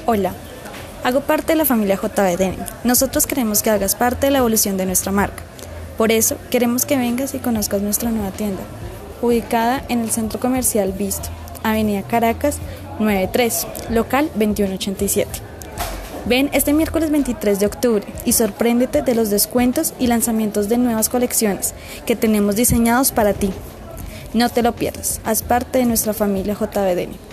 Hola, hago parte de la familia JB Denim. Nosotros queremos que hagas parte de la evolución de nuestra marca. Por eso, queremos que vengas y conozcas nuestra nueva tienda, ubicada en el Centro Comercial Visto, Avenida Caracas 93, local 2187. Ven este miércoles 23 de octubre y sorpréndete de los descuentos y lanzamientos de nuevas colecciones que tenemos diseñados para ti. No te lo pierdas, haz parte de nuestra familia JB Denim.